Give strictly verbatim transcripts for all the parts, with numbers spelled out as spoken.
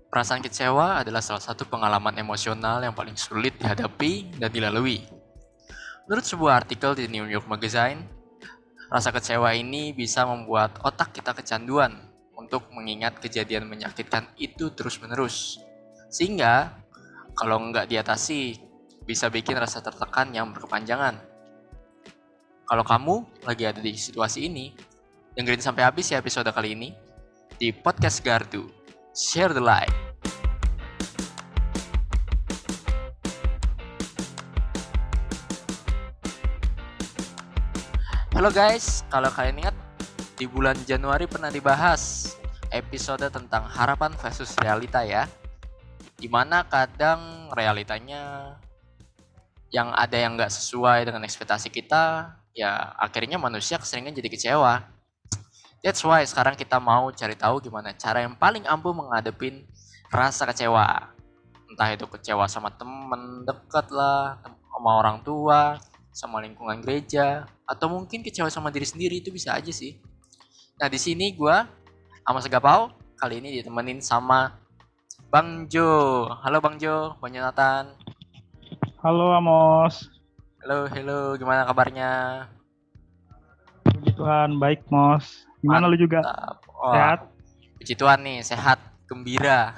Perasaan kecewa adalah salah satu pengalaman emosional yang paling sulit dihadapi dan dilalui. Menurut sebuah artikel di New York Magazine, rasa kecewa ini bisa membuat otak kita kecanduan untuk mengingat kejadian menyakitkan itu terus-menerus. Sehingga, kalau nggak diatasi, bisa bikin rasa tertekan yang berkepanjangan. Kalau kamu lagi ada di situasi ini, dengerin sampai habis ya episode kali ini di Podcast Gardu. Share the light. Halo guys, kalau kalian ingat di bulan Januari pernah dibahas episode tentang harapan versus realita ya. Dimana kadang realitanya yang ada yang nggak sesuai dengan ekspektasi kita, ya akhirnya manusia keseringan jadi kecewa. That's why sekarang kita mau cari tahu gimana cara yang paling ampuh menghadapin rasa kecewa. Entah itu kecewa sama temen deket lah, sama orang tua, sama lingkungan gereja, atau mungkin kecewa sama diri sendiri, itu bisa aja sih. Nah di sini gue sama Segapau kali ini ditemenin sama Bang Jo. Halo Bang Jo, Bang Jonathan. Halo Amos. Halo, halo, gimana kabarnya? Puji Tuhan, baik Mos. Gimana lu juga? Mantap. Wah, Sehat? puji Tuhan nih, sehat, gembira.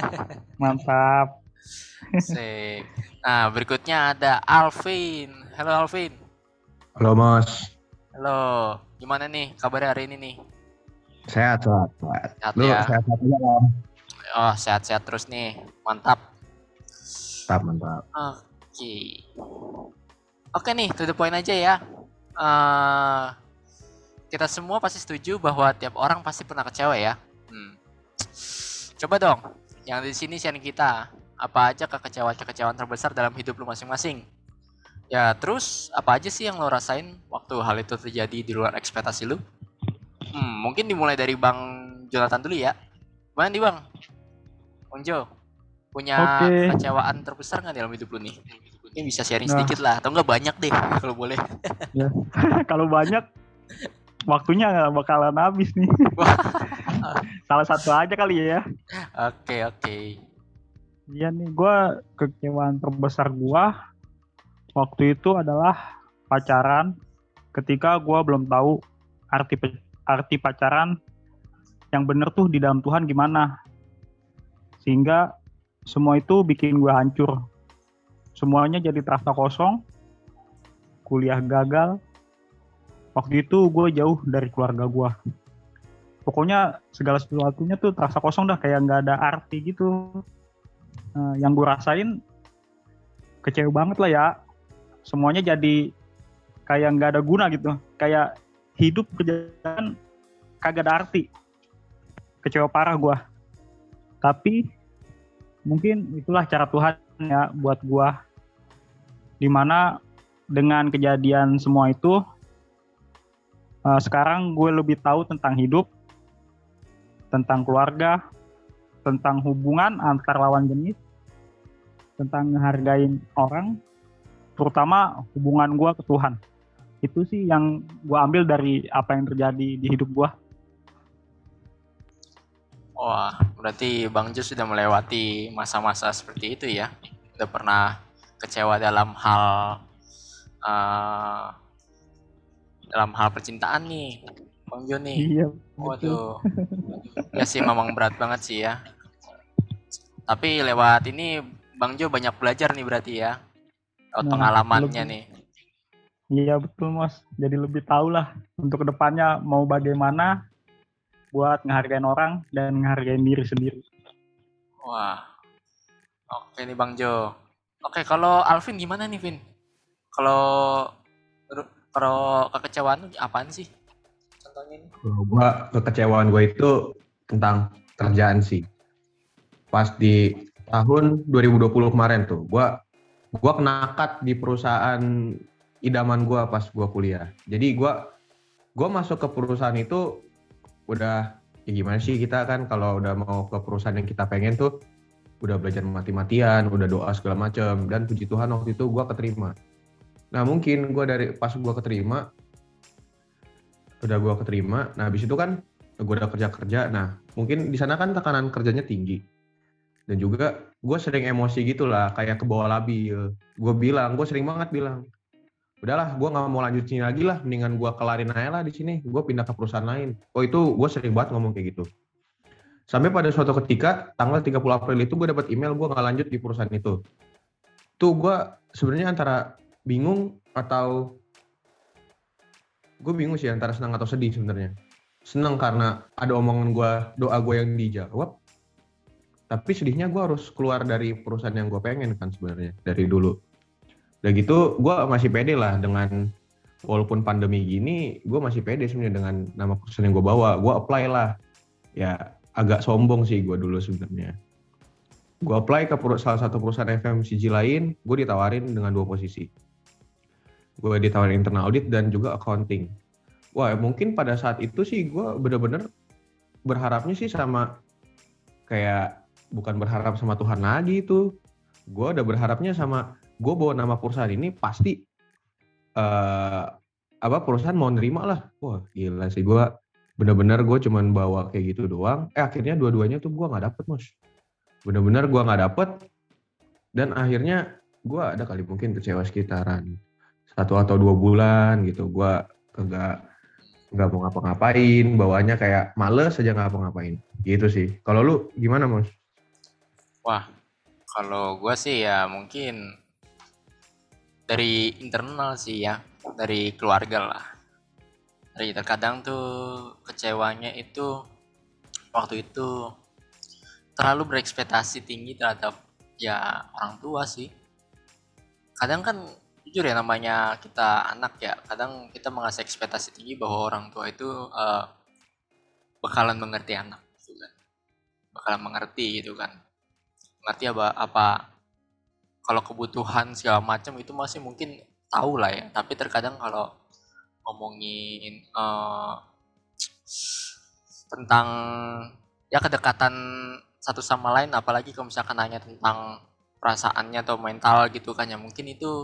Mantap. Sip. Nah, berikutnya ada Alvin. Halo Alvin. Halo Mas, Halo. Gimana nih kabarnya hari ini nih? sehat sehat. sehat. Sehat Lu ya? sehat aja Om? Oh, sehat-sehat terus nih. Mantap. Mantap mantap. Oke. Oke nih, to the point aja ya. Eh, kita semua pasti setuju bahwa tiap orang pasti pernah kecewa ya. Hmm. Coba dong, yang di sini sharing kita. Apa aja kekecewaan-kekecewaan terbesar dalam hidup lu masing-masing? Ya, terus apa aja sih yang lo rasain waktu hal itu terjadi di luar ekspektasi lu? Hmm, mungkin dimulai dari Bang Jonathan dulu ya. Gimana nih Bang? Bang Jo, punya Oke. kecewaan terbesar nggak dalam hidup lu nih? Mungkin bisa sharing Nah. sedikit lah, atau nggak banyak deh kalau boleh. Kalau banyak, waktunya nggak bakalan habis nih. Salah satu aja kali ya. Oke, oke. Iya nih, gue kekecewaan terbesar gue waktu itu adalah pacaran. Ketika gue belum tahu arti arti pacaran yang bener tuh di dalam Tuhan gimana. Sehingga semua itu bikin gue hancur. Semuanya jadi terasa kosong. Kuliah gagal. Waktu itu gue jauh dari keluarga gue. Pokoknya segala sesuatunya tuh terasa kosong dah, kayak nggak ada arti gitu. Nah, yang gue rasain kecewa banget lah ya. Semuanya jadi kayak nggak ada guna gitu. Kayak hidup kerjaan kagak ada arti. Kecewa parah gue. Tapi mungkin itulah cara Tuhan ya buat gue. Dimana dengan kejadian semua itu, uh, sekarang gue lebih tahu tentang hidup, tentang keluarga, tentang hubungan antar lawan jenis, tentang ngehargain orang, terutama hubungan gue ke Tuhan. Itu sih yang gue ambil dari apa yang terjadi di hidup gue. Wah, berarti Bang Jo sudah melewati masa-masa seperti itu ya. Udah pernah kecewa dalam hal uh, dalam hal percintaan nih, Bang Jo nih. Iya. Waduh, ya sih memang berat banget sih ya. Tapi lewat ini Bang Jo banyak belajar nih berarti ya. Lewat Nah, pengalamannya lebih- nih. Iya betul Mas. Jadi lebih tahu lah untuk kedepannya mau bagaimana buat ngehargain orang dan ngehargain diri sendiri. Wah, oke nih Bang Jo. Oke, kalau Alvin gimana nih Vin? Kalau kalau kekecewaan lu apaan sih? Contohnya nih. Kalau gua kekecewaan gue itu tentang kerjaan sih. Pas di tahun dua ribu dua puluh kemarin tuh, gua gua kena cut di perusahaan idaman gua pas gua kuliah. Jadi gua gua masuk ke perusahaan itu udah ya gimana sih, kita kan kalau udah mau ke perusahaan yang kita pengen tuh udah belajar mati-matian, udah doa segala macam, dan puji Tuhan waktu itu gue keterima. Nah mungkin gue dari pas gue keterima, udah gue keterima, nah habis itu kan gue udah kerja-kerja, nah mungkin di sana kan tekanan kerjanya tinggi. Dan juga gue sering emosi gitu lah, kayak kebawa labil. Gue bilang, gue sering banget bilang, udahlah gue nggak mau lanjut sini lagi lah, mendingan gue kelarin aja lah di sini, gue pindah ke perusahaan lain. Oh itu gue sering banget ngomong kayak gitu. Sampai pada suatu ketika tanggal tiga puluh April itu gue dapat email gue nggak lanjut di perusahaan itu. Tuh gue sebenarnya antara bingung atau gue bingung sih, antara senang atau sedih sebenarnya. Senang karena ada omongan gue, doa gue yang dijawab. Tapi sedihnya gue harus keluar dari perusahaan yang gue pengen kan sebenarnya dari dulu. Udah gitu gue masih pede lah dengan, walaupun pandemi gini, gue masih pede sebenarnya dengan nama perusahaan yang gue bawa. Gue apply lah. Ya agak sombong sih gue dulu sebenarnya. Gue apply ke salah satu perusahaan F M C G lain, gue ditawarin dengan dua posisi. Gue ditawarin internal audit dan juga accounting. Wah mungkin pada saat itu sih gue bener-bener berharapnya sih sama, kayak bukan berharap sama Tuhan lagi itu. Gue udah berharapnya sama, gue bawa nama perusahaan ini pasti uh, apa perusahaan mau nerima lah. Wah gila sih, gue bener-bener gue cuman bawa kayak gitu doang. Eh akhirnya dua-duanya tuh gue nggak dapet Mas. Bener-bener gue nggak dapet. Dan akhirnya gue ada kali mungkin kecewa sekitaran satu atau dua bulan gitu. Gue kagak nggak mau ngapa-ngapain, bawaannya kayak males aja nggak ngapa-ngapain gitu sih. Kalau lu gimana Mas? Wah, kalau gue sih ya mungkin dari internal sih ya, dari keluarga lah. Dari terkadang tuh kecewanya itu waktu itu terlalu berekspektasi tinggi terhadap ya orang tua sih. Kadang kan jujur ya, namanya kita anak ya, kadang kita mengasih ekspektasi tinggi bahwa orang tua itu uh, bakalan mengerti anak gitu kan. Bakalan mengerti gitu kan. Mengerti apa apa kalau kebutuhan segala macam itu masih mungkin tahu lah ya, tapi terkadang kalau ngomongin uh, tentang ya kedekatan satu sama lain, apalagi kalau misalkan nanya tentang perasaannya atau mental gitu kan ya, mungkin itu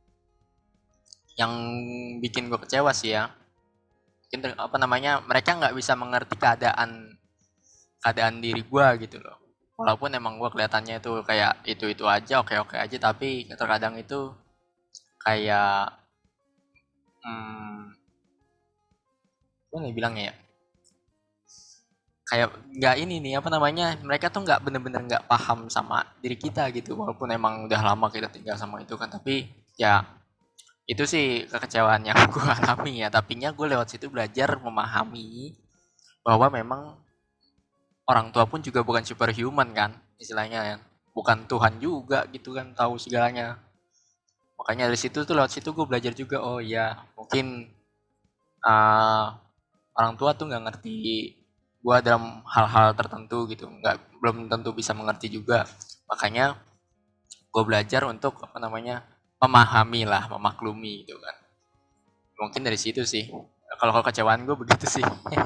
yang bikin gue kecewa sih ya. Mungkin apa namanya, mereka nggak bisa mengerti keadaan keadaan diri gue gitu loh. Walaupun emang gue kelihatannya itu kayak itu-itu aja, oke-oke aja, tapi terkadang itu kayak hmm, gimana ya bilangnya ya, kayak nggak ini nih apa namanya, mereka tuh nggak bener-bener nggak paham sama diri kita gitu, walaupun emang udah lama kita tinggal sama itu kan. Tapi ya itu sih kekecewaan yang gue alami ya. Tapinya gue lewat situ belajar memahami bahwa memang orang tua pun juga bukan superhuman kan, istilahnya ya, bukan Tuhan juga gitu kan, tahu segalanya. Makanya dari situ tuh, lewat situ gue belajar juga, oh ya mungkin uh, orang tua tuh nggak ngerti gue dalam hal-hal tertentu gitu, nggak belum tentu bisa mengerti juga. Makanya gue belajar untuk apa namanya, memahami lah, memaklumi gitu kan. Mungkin dari situ sih. Kalau kekecewaan gue begitu sih.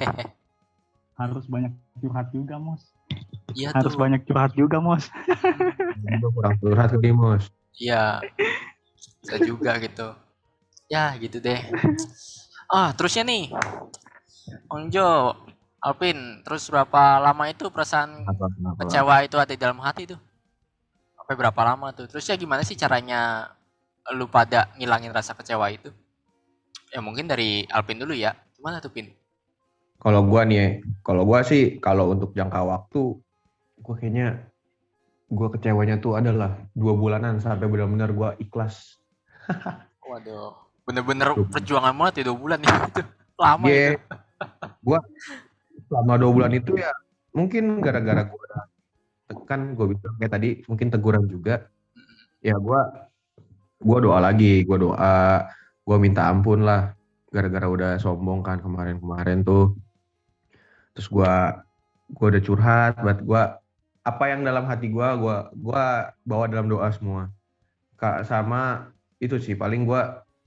Harus banyak curhat juga Mos. Iya Harus tuh. banyak curhat juga Mos. Kurang curhat ke Mos. Iya. Bisa juga gitu. Ya gitu deh. Ah terusnya nih, Om Jo, Alvin, terus berapa lama itu perasaan Apa, kenapa? kecewa itu ada di dalam hati tuh? Sampai berapa lama tuh? Terus ya gimana sih caranya lu pada ngilangin rasa kecewa itu? Ya mungkin dari Alvin dulu ya. Gimana tuh Pin? Kalau gua nih, kalau gua sih kalau untuk jangka waktu, gua kayaknya gua kecewanya tuh adalah dua bulanan sampai benar-benar gua ikhlas. Waduh, bener-bener perjuangan banget ya dua bulan ya itu. Lama yeah. itu. Gua selama dua bulan itu ya mungkin gara-gara gua kan gue bilang kayak tadi mungkin teguran juga. Ya gua gua doa lagi, gua doa, gua minta ampun lah gara-gara udah sombong kan kemarin-kemarin tuh. Terus gue gue udah curhat buat gue apa yang dalam hati gue gue gue bawa dalam doa semua. Kak sama itu sih paling gue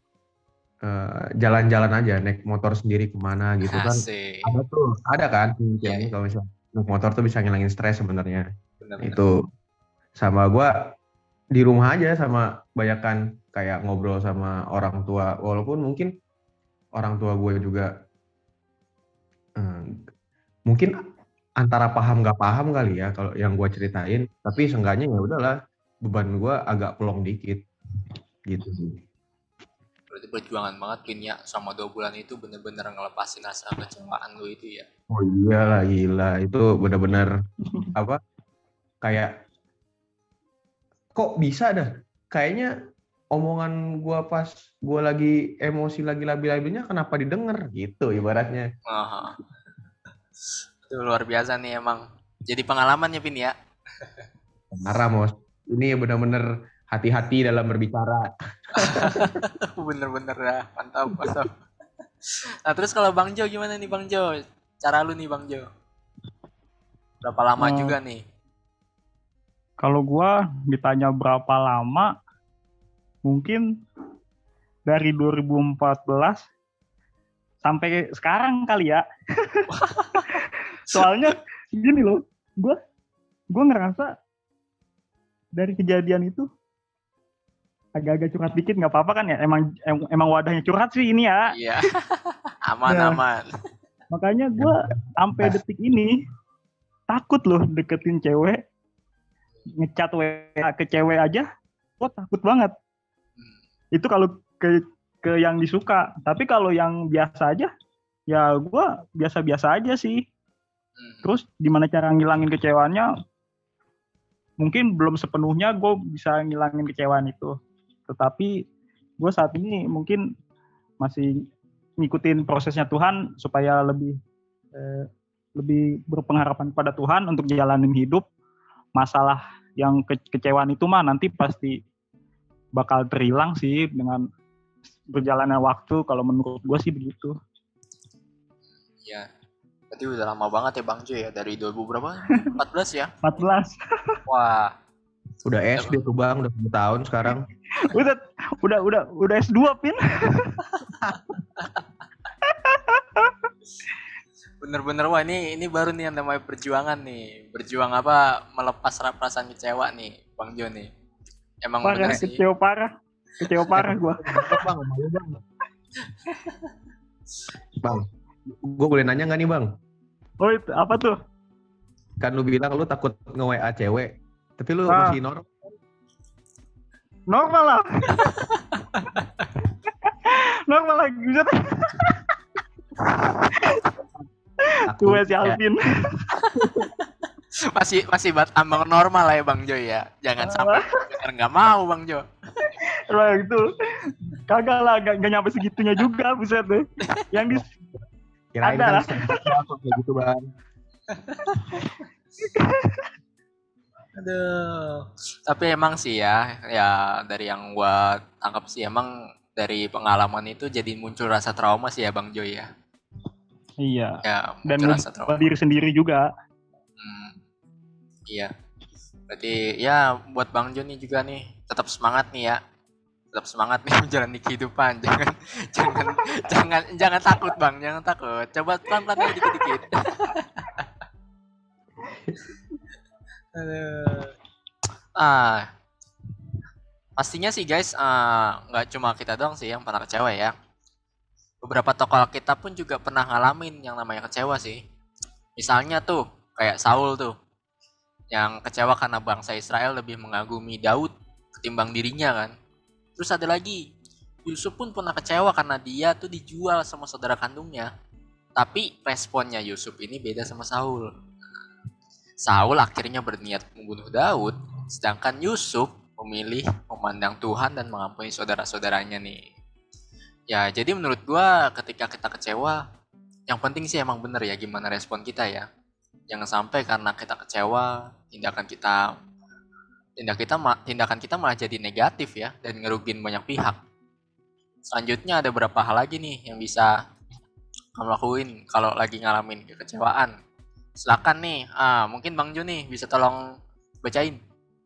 uh, jalan-jalan aja naik motor sendiri kemana gitu kan. Asik. Ada tuh ada kan ya, ya. Kalau misalnya naik motor tuh bisa ngilangin stres sebenarnya. Bener-bener. Itu sama gue di rumah aja, sama banyakan kayak ngobrol sama orang tua, walaupun mungkin orang tua gue juga hmm, mungkin antara paham nggak paham kali ya kalau yang gue ceritain, tapi seenggaknya ya udahlah, beban gue agak plong dikit gitu sih. Berarti perjuangan banget Pin ya, sama dua bulan itu bener-bener ngelepasin rasa kecewaan lu itu ya. Oh iya lah, gila itu bener-bener apa kayak kok bisa dah, kayaknya omongan gue pas gue lagi emosi lagi labil-labilnya kenapa didengar gitu ibaratnya. Aha. Itu luar biasa nih emang. Jadi pengalaman ya Pin ya. Marah Mos, ini bener-bener hati-hati dalam berbicara. Bener-bener dah, mantap, mantap. Nah terus kalau Bang Jo gimana nih Bang Jo? Cara lu nih Bang Jo? Berapa lama Hmm. juga nih? Kalau gua ditanya berapa lama, mungkin dari dua ribu empat belas sampai sekarang kali ya. Soalnya gini loh, gua gua ngerasa dari kejadian itu agak-agak curhat dikit nggak apa-apa kan ya, emang em- emang wadahnya curhat sih ini ya. Iya. Aman, Nah. aman. Makanya gua sampai detik ini takut loh deketin cewek, ngecat W A ke cewek aja, gua takut banget. Hmm. Itu kalau ke ke yang disuka, tapi kalau yang biasa aja ya gua biasa-biasa aja sih. Hmm. Terus gimana cara ngilangin kecewaannya, mungkin belum sepenuhnya gue bisa ngilangin kecewaan itu, tetapi gue saat ini mungkin masih ngikutin prosesnya Tuhan supaya lebih eh, lebih berpengharapan pada Tuhan untuk jalanin hidup. Masalah yang ke- kecewaan itu mah nanti pasti bakal terhilang sih dengan berjalannya waktu, kalau menurut gue sih begitu. Iya. Berarti udah lama banget ya Bang Jo ya, dari dua ribu berapa? empat belas ya? empat belas Wah. Udah S D tuh Bang, udah sepuluh tahun sekarang. udah udah udah udah S dua Pin. Bener-bener wah ini ini baru nih yang namanya perjuangan nih. Berjuang apa melepas perasaan kecewa nih Bang Jo nih. Emang Parah, bener sih. kecewa parah. Kecewa parah gue. Bang, malu Bang. Bang, gue boleh nanya nggak nih Bang? Oh itu apa tuh? Kan lu bilang lu takut nge-W A cewek, tapi lu Ah. masih normal. Normal lah. Normal lah. Bisa tuh si Alvin. Masih masih bat ambang normal lah ya Bang Jo ya. Jangan sampai bener nggak mau Bang Jo. Lah gitu. Kagak lah, gak, gak nyampe segitunya juga, buset deh. Yang di Kirain ada kan lah. langsung kayak gitu Bang. Aduh. Tapi emang sih ya, ya dari yang gua tangkap sih emang dari pengalaman itu jadi muncul rasa trauma sih ya Bang Jo ya. Iya. Ya, Dan muncul rasa trauma. buat diri sendiri juga. Hmm, iya. Berarti ya buat Bang Jo nih juga nih tetap semangat nih ya. Tetap semangat nih menjalani kehidupan. Jangan jangan jangan jangan takut Bang, jangan takut. Coba pelan-pelan aja dikit-dikit. Aduh. Ah, pastinya sih guys, ah, nggak cuma kita doang sih yang pernah kecewa ya. Beberapa tokoh kita pun juga pernah ngalamin yang namanya kecewa sih. Misalnya tuh kayak Saul tuh, yang kecewa karena bangsa Israel lebih mengagumi Daud ketimbang dirinya kan. Terus ada lagi, Yusuf pun pernah kecewa karena dia tuh dijual sama saudara kandungnya. Tapi responnya Yusuf ini beda sama Saul. Saul akhirnya berniat membunuh Daud, sedangkan Yusuf memilih memandang Tuhan dan mengampuni saudara-saudaranya nih. Ya, jadi menurut gua ketika kita kecewa, yang penting sih emang bener ya gimana respon kita ya. Jangan sampai karena kita kecewa, tindakan kita tindak kita tindakan kita malah jadi negatif ya dan ngerugin banyak pihak. Selanjutnya ada beberapa hal lagi nih yang bisa kamu lakuin kalau lagi ngalamin kekecewaan. Silakan nih, ah mungkin Bang Jo nih bisa tolong bacain.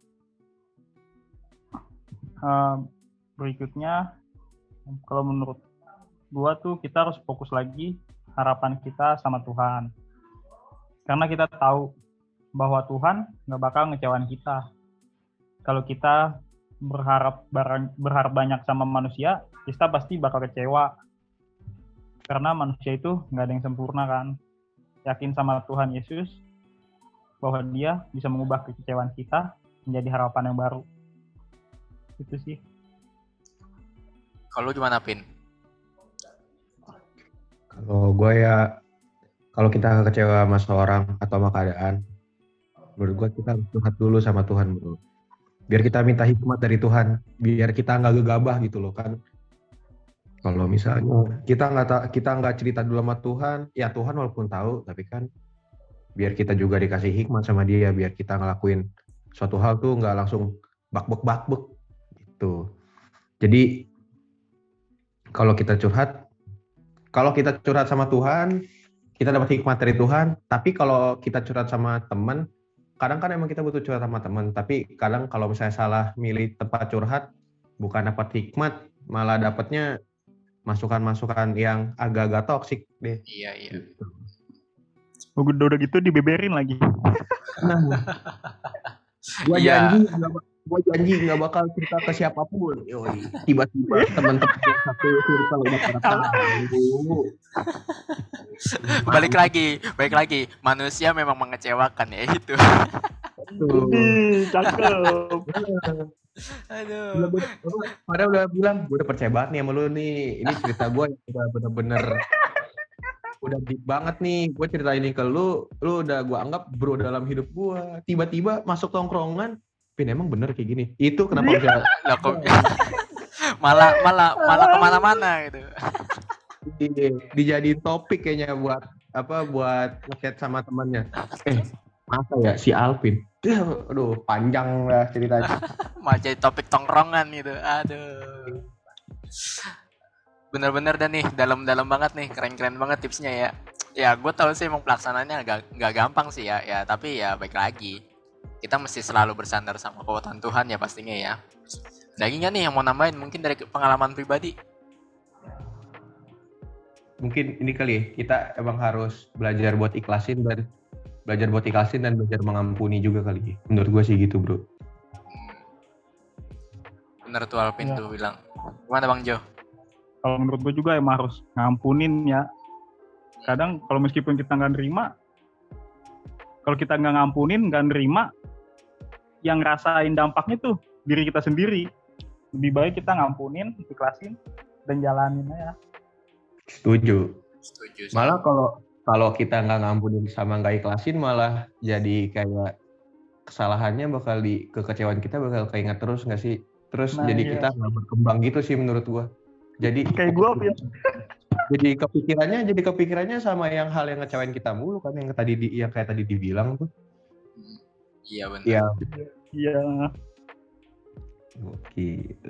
Uh, berikutnya, kalau menurut gua tuh kita harus fokus lagi harapan kita sama Tuhan. Karena kita tahu bahwa Tuhan nggak bakal ngecewain kita. Kalau kita berharap berharap banyak sama manusia, kita pasti bakal kecewa. Karena manusia itu nggak ada yang sempurna kan. Yakin sama Tuhan Yesus, bahwa dia bisa mengubah kekecewaan kita menjadi harapan yang baru. Itu sih. Kalau gimana, Pin? Kalau gue ya, kalau kita kecewa sama seorang atau sama keadaan, menurut gue kita harus curhat dulu sama Tuhan, bro. Biar kita minta hikmat dari Tuhan, biar kita nggak gegabah gitu loh kan. Kalau misalnya kita nggak kita nggak cerita dulu sama Tuhan, ya Tuhan walaupun tahu, tapi kan biar kita juga dikasih hikmat sama Dia, biar kita ngelakuin suatu hal tuh nggak langsung bak-bek bak-bek gitu. Jadi kalau kita curhat, kalau kita curhat sama Tuhan, kita dapat hikmat dari Tuhan. Tapi kalau kita curhat sama teman, kadang kan emang kita butuh curhat sama teman. Tapi kadang kalau misalnya salah milih tempat curhat, bukan dapat hikmat, malah dapatnya masukan-masukan yang agak-agak toksik deh. Iya, iya. Gitu. Udah udah gitu dibeberin lagi. Gua Iya. janji nggak bak- gua janji nggak bakal cerita ke siapapun. Yoi. Tiba-tiba teman-teman yang satu circle udah pada tahu. Balik lagi, balik lagi. Manusia memang mengecewakan ya itu. Tuh. Ih, cakep. Aduh. Padahal udah bilang, gue udah percaya banget nih sama lu nih. Ini cerita gue yang udah bener-bener udah deep banget nih. Gue cerita ini ke lu, lu udah gue anggap bro dalam hidup gue. Tiba-tiba masuk tongkrongan, Pin emang bener kayak gini. Itu kenapa bisa Lah, kok malah malah malah kemana-mana gitu. di- dijadiin topik kayaknya buat apa buat ngechat sama temannya. Eh, masa ya si Alvin? Ya, aduh, panjang lah ceritanya. Malah jadi topik tongkrongan gitu. Aduh. Bener-bener dah nih, dalam-dalam banget nih, keren-keren banget tipsnya ya. Ya, gue tahu sih emang pelaksanaannya agak nggak gampang sih ya. Ya, tapi ya baik lagi. Kita mesti selalu bersandar sama kekuatan Tuhan ya pastinya ya. Ada lagi nggak nih yang mau nambahin? Mungkin dari pengalaman pribadi. Mungkin ini kali ya, kita emang harus belajar buat ikhlasin dan belajar buat ikhlasin dan belajar mengampuni juga kali ya. Menurut gue sih gitu, bro. Bener tuh Alvin Ya. tuh bilang. Gimana Bang Jo? Kalau menurut gue juga emang harus ngampunin ya. Kadang kalau meskipun kita nggak nerima, kalau kita nggak ngampunin, nggak nerima, yang ngerasain dampaknya tuh diri kita sendiri. Lebih baik kita ngampunin, ikhlasin, dan jalanin aja. Setuju. Setuju sih. Malah kalau kalau kita nggak ngampunin sama nggak ikhlasin, malah jadi kayak kesalahannya bakal di kekecewaan kita bakal keinget terus nggak sih? Terus Nah, jadi iya. kita nggak berkembang gitu sih menurut gua. Jadi Kayak gue, ya. jadi kepikirannya jadi kepikirannya sama yang hal yang ngecewain kita mulu kan, yang tadi di, yang kayak tadi dibilang tuh. Iya bener. Iya. Iya. Oke.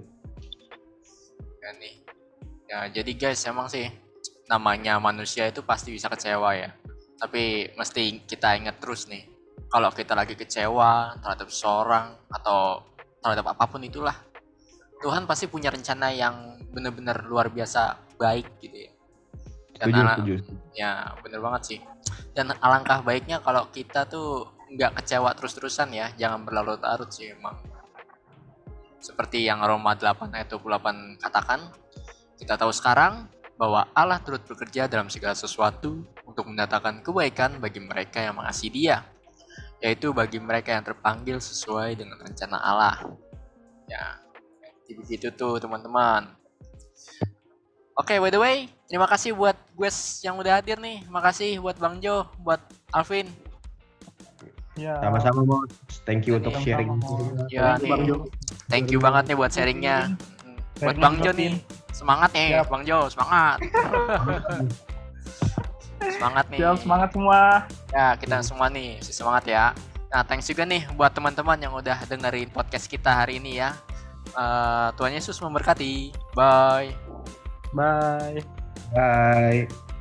Ya nih. Ya jadi guys emang sih namanya manusia itu pasti bisa kecewa ya. Tapi mesti kita ingat terus nih. Kalau kita lagi kecewa terhadap seseorang atau terhadap apapun itulah, Tuhan pasti punya rencana yang benar-benar luar biasa baik gitu ya. Dan Setuju, ala- setuju. ya bener banget sih. Dan alangkah baiknya kalau kita tuh nggak kecewa terus-terusan ya, jangan berlarut-larut sih emang. Seperti yang Roma delapan ayat dua puluh delapan katakan, kita tahu sekarang bahwa Allah turut bekerja dalam segala sesuatu untuk mendatangkan kebaikan bagi mereka yang mengasihi Dia, yaitu bagi mereka yang terpanggil sesuai dengan rencana Allah. Ya, begitu tuh teman-teman. Oke, by the way, terima kasih buat guys yang udah hadir nih. Makasih buat Bang Jo, buat Alvin. Ya. Sama-sama, Bos. Thank you untuk Sama-sama, sharing. Bos. Ya Thank you, Bang nih, Jo. thank you banget nih buat sharingnya. Hmm, Buat Bang Jo nih, semangat nih Siap. Bang Jo, semangat. Semangat nih. Siap, semangat semua. Ya, kita semua nih, mesti semangat ya. Nah, thanks juga nih buat teman-teman yang udah dengerin podcast kita hari ini ya. Eh, Tuhan Yesus memberkati. Bye. Bye. Bye.